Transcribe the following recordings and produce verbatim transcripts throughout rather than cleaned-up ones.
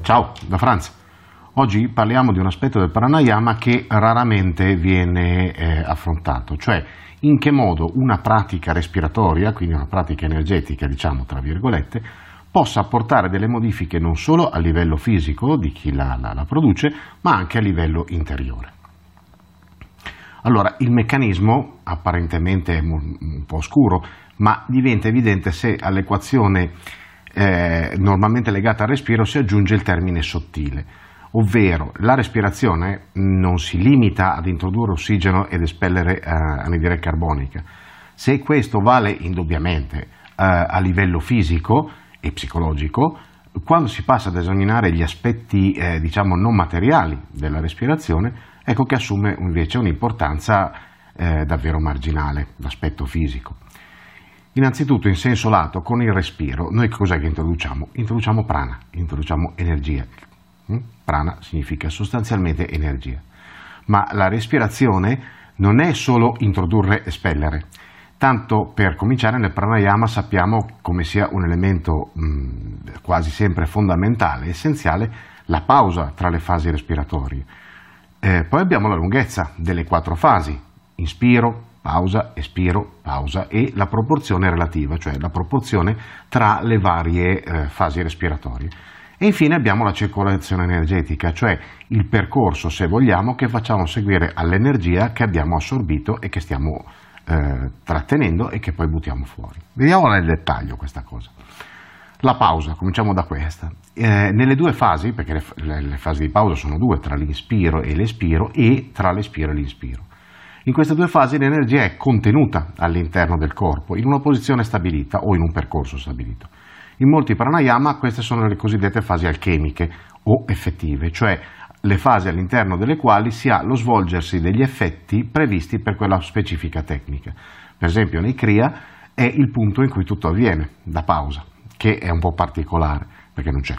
Ciao, da Franz. Oggi parliamo di un aspetto del pranayama che raramente viene eh, affrontato, cioè in che modo una pratica respiratoria, quindi una pratica energetica, diciamo tra virgolette, possa apportare delle modifiche non solo a livello fisico di chi la, la, la produce, ma anche a livello interiore. Allora, il meccanismo apparentemente è un po' oscuro, ma diventa evidente se all'equazione eh, normalmente legata al respiro si aggiunge il termine sottile, ovvero la respirazione non si limita ad introdurre ossigeno ed espellere eh, anidride carbonica. Se questo vale indubbiamente eh, a livello fisico e psicologico, quando si passa ad esaminare gli aspetti eh, diciamo non materiali della respirazione, ecco che assume invece un'importanza eh, davvero marginale, l'aspetto fisico. Innanzitutto, in senso lato, con il respiro, noi cos'è che introduciamo? Introduciamo prana, introduciamo energia. Prana significa sostanzialmente energia. Ma la respirazione non è solo introdurre e espellere. Tanto per cominciare, nel pranayama sappiamo come sia un elemento mh, quasi sempre fondamentale, essenziale, la pausa tra le fasi respiratorie. Eh, poi abbiamo la lunghezza delle quattro fasi, inspiro, pausa, espiro, pausa e la proporzione relativa, cioè la proporzione tra le varie eh, fasi respiratorie. E infine abbiamo la circolazione energetica, cioè il percorso, se vogliamo, che facciamo seguire all'energia che abbiamo assorbito e che stiamo eh, trattenendo e che poi buttiamo fuori. Vediamo nel dettaglio questa cosa. La pausa, cominciamo da questa. Eh, nelle due fasi, perché le, le, le fasi di pausa sono due, tra l'inspiro e l'espiro e tra l'espiro e l'inspiro. In queste due fasi l'energia è contenuta all'interno del corpo, in una posizione stabilita o in un percorso stabilito. In molti pranayama queste sono le cosiddette fasi alchemiche o effettive, cioè le fasi all'interno delle quali si ha lo svolgersi degli effetti previsti per quella specifica tecnica. Per esempio nei Kriya è il punto in cui tutto avviene, la pausa, che è un po' particolare, perché non c'è,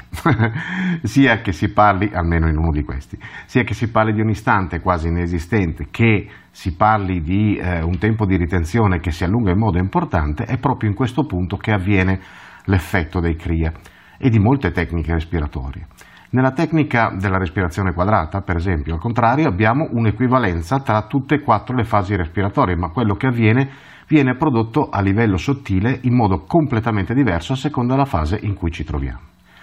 sia che si parli, almeno in uno di questi, sia che si parli di un istante quasi inesistente, che si parli di eh, un tempo di ritenzione che si allunga in modo importante, è proprio in questo punto che avviene l'effetto dei Kriya e di molte tecniche respiratorie. Nella tecnica della respirazione quadrata, per esempio, al contrario, abbiamo un'equivalenza tra tutte e quattro le fasi respiratorie, ma quello che avviene viene prodotto a livello sottile in modo completamente diverso a seconda della fase in cui ci troviamo.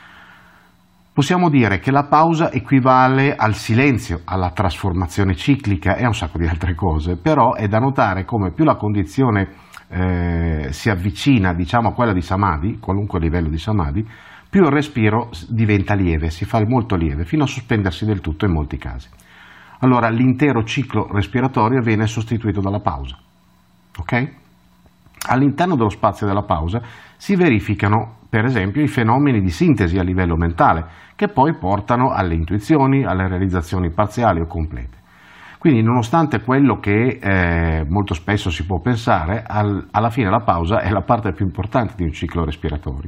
Possiamo dire che la pausa equivale al silenzio, alla trasformazione ciclica e a un sacco di altre cose, però è da notare come più la condizione eh, si avvicina, diciamo, a quella di Samadhi, qualunque livello di Samadhi, più il respiro diventa lieve, si fa molto lieve, fino a sospendersi del tutto in molti casi. Allora l'intero ciclo respiratorio viene sostituito dalla pausa. Okay? All'interno dello spazio della pausa si verificano per esempio i fenomeni di sintesi a livello mentale che poi portano alle intuizioni, alle realizzazioni parziali o complete. Quindi nonostante quello che eh, molto spesso si può pensare, al, alla fine la pausa è la parte più importante di un ciclo respiratorio.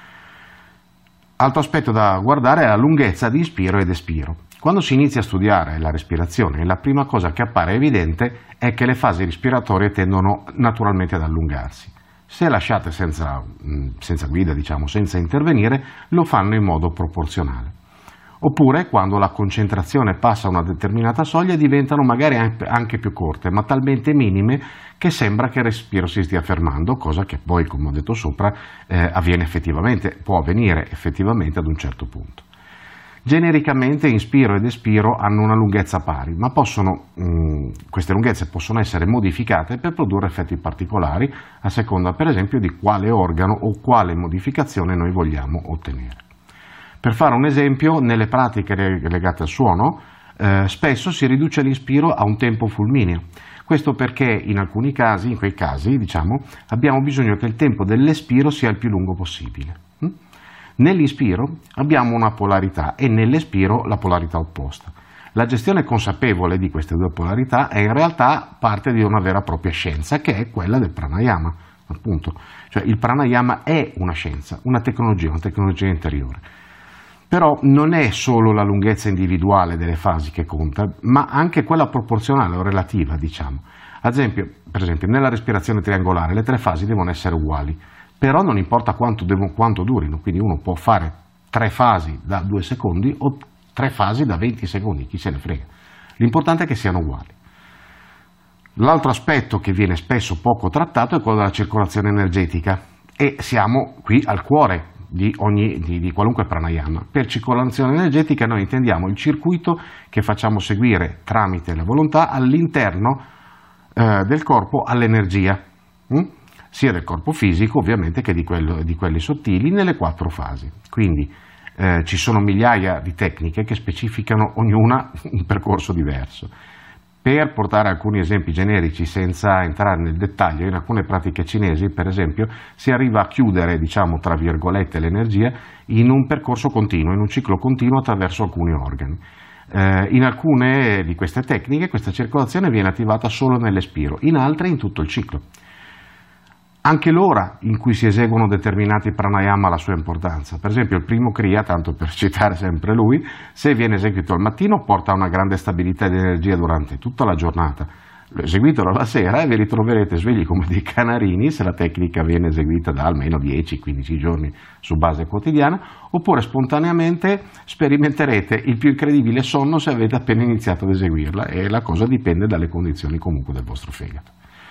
Altro aspetto da guardare è la lunghezza di inspiro ed espiro. Quando si inizia a studiare la respirazione, la prima cosa che appare evidente è che le fasi respiratorie tendono naturalmente ad allungarsi. Se lasciate senza, senza guida, diciamo, senza intervenire, lo fanno in modo proporzionale. Oppure, quando la concentrazione passa una determinata soglia, diventano magari anche più corte, ma talmente minime che sembra che il respiro si stia fermando, cosa che poi, come ho detto sopra, eh, avviene effettivamente, può avvenire effettivamente ad un certo punto. Genericamente inspiro ed espiro hanno una lunghezza pari, ma possono, mh, queste lunghezze possono essere modificate per produrre effetti particolari a seconda per esempio di quale organo o quale modificazione noi vogliamo ottenere. Per fare un esempio, nelle pratiche legate al suono eh, spesso si riduce l'inspiro a un tempo fulmineo. Questo perché in alcuni casi, in quei casi diciamo, abbiamo bisogno che il tempo dell'espiro sia il più lungo possibile. Hm? Nell'inspiro abbiamo una polarità e nell'espiro la polarità opposta. La gestione consapevole di queste due polarità è in realtà parte di una vera e propria scienza, che è quella del pranayama, appunto. Cioè il pranayama è una scienza, una tecnologia, una tecnologia interiore. Però non è solo la lunghezza individuale delle fasi che conta, ma anche quella proporzionale o relativa, diciamo. Ad esempio, per esempio, nella respirazione triangolare le tre fasi devono essere uguali, però non importa quanto, devo, quanto durino, quindi uno può fare tre fasi da due secondi o tre fasi da venti secondi, chi se ne frega. L'importante è che siano uguali. L'altro aspetto che viene spesso poco trattato è quello della circolazione energetica e siamo qui al cuore di, ogni, di, di qualunque pranayama. Per circolazione energetica noi intendiamo il circuito che facciamo seguire tramite la volontà all'interno eh, del corpo all'energia, hm? sia del corpo fisico ovviamente che di, quello, di quelli sottili nelle quattro fasi. Quindi eh, ci sono migliaia di tecniche che specificano ognuna un percorso diverso. Per portare alcuni esempi generici senza entrare nel dettaglio, in alcune pratiche cinesi, per esempio, si arriva a chiudere, diciamo, tra virgolette, l'energia in un percorso continuo, in un ciclo continuo attraverso alcuni organi. Eh, in alcune di queste tecniche questa circolazione viene attivata solo nell'espiro, in altre in tutto il ciclo. Anche l'ora in cui si eseguono determinati pranayama ha la sua importanza. Per esempio il primo kriya, tanto per citare sempre lui, se viene eseguito al mattino porta una grande stabilità di energia durante tutta la giornata. Eseguitelo la sera e vi ritroverete svegli come dei canarini se la tecnica viene eseguita da almeno dieci quindici giorni su base quotidiana, oppure spontaneamente sperimenterete il più incredibile sonno se avete appena iniziato ad eseguirla, e la cosa dipende dalle condizioni comunque del vostro fegato.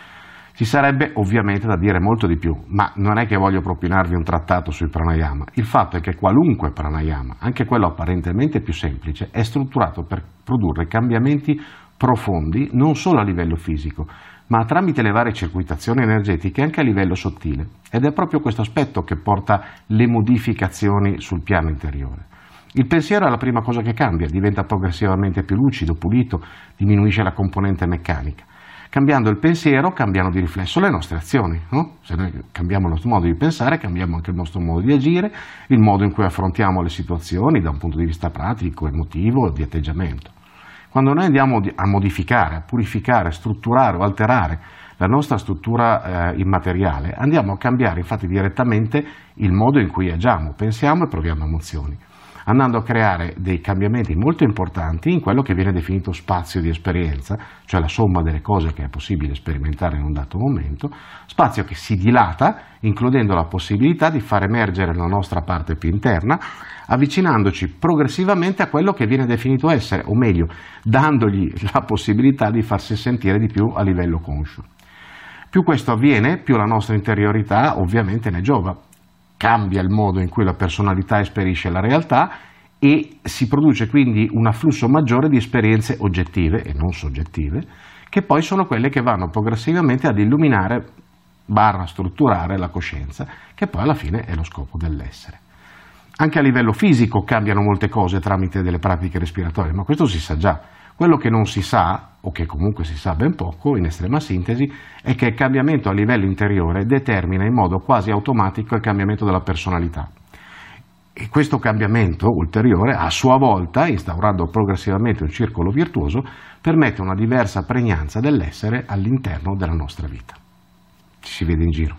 Ci sarebbe ovviamente da dire molto di più, ma non è che voglio propinarvi un trattato sui pranayama. Il fatto è che qualunque pranayama, anche quello apparentemente più semplice, è strutturato per produrre cambiamenti profondi non solo a livello fisico, ma tramite le varie circuitazioni energetiche anche a livello sottile. Ed è proprio questo aspetto che porta le modificazioni sul piano interiore. Il pensiero è la prima cosa che cambia, diventa progressivamente più lucido, pulito, diminuisce la componente meccanica. Cambiando il pensiero, cambiano di riflesso le nostre azioni, no? Se noi cambiamo il nostro modo di pensare, cambiamo anche il nostro modo di agire, il modo in cui affrontiamo le situazioni da un punto di vista pratico, emotivo, di atteggiamento. Quando noi andiamo a modificare, a purificare, strutturare o alterare la nostra struttura eh, immateriale, andiamo a cambiare infatti direttamente il modo in cui agiamo, pensiamo e proviamo emozioni, andando a creare dei cambiamenti molto importanti in quello che viene definito spazio di esperienza, cioè la somma delle cose che è possibile sperimentare in un dato momento, spazio che si dilata, includendo la possibilità di far emergere la nostra parte più interna, avvicinandoci progressivamente a quello che viene definito essere, o meglio, dandogli la possibilità di farsi sentire di più a livello conscio. Più questo avviene, più la nostra interiorità ovviamente ne giova. Cambia il modo in cui la personalità esperisce la realtà e si produce quindi un afflusso maggiore di esperienze oggettive e non soggettive, che poi sono quelle che vanno progressivamente ad illuminare barra strutturare la coscienza, che poi alla fine è lo scopo dell'essere. Anche a livello fisico cambiano molte cose tramite delle pratiche respiratorie, ma questo si sa già. Quello che non si sa, o che comunque si sa ben poco, in estrema sintesi, è che il cambiamento a livello interiore determina in modo quasi automatico il cambiamento della personalità. E questo cambiamento ulteriore, a sua volta, instaurando progressivamente un circolo virtuoso, permette una diversa pregnanza dell'essere all'interno della nostra vita. Ci si vede in giro.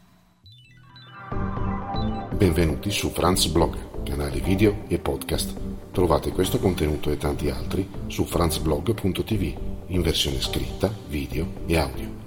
Benvenuti su Franz Blog, canale video e podcast. Trovate questo contenuto e tanti altri su franzblog punto tv in versione scritta, video e audio.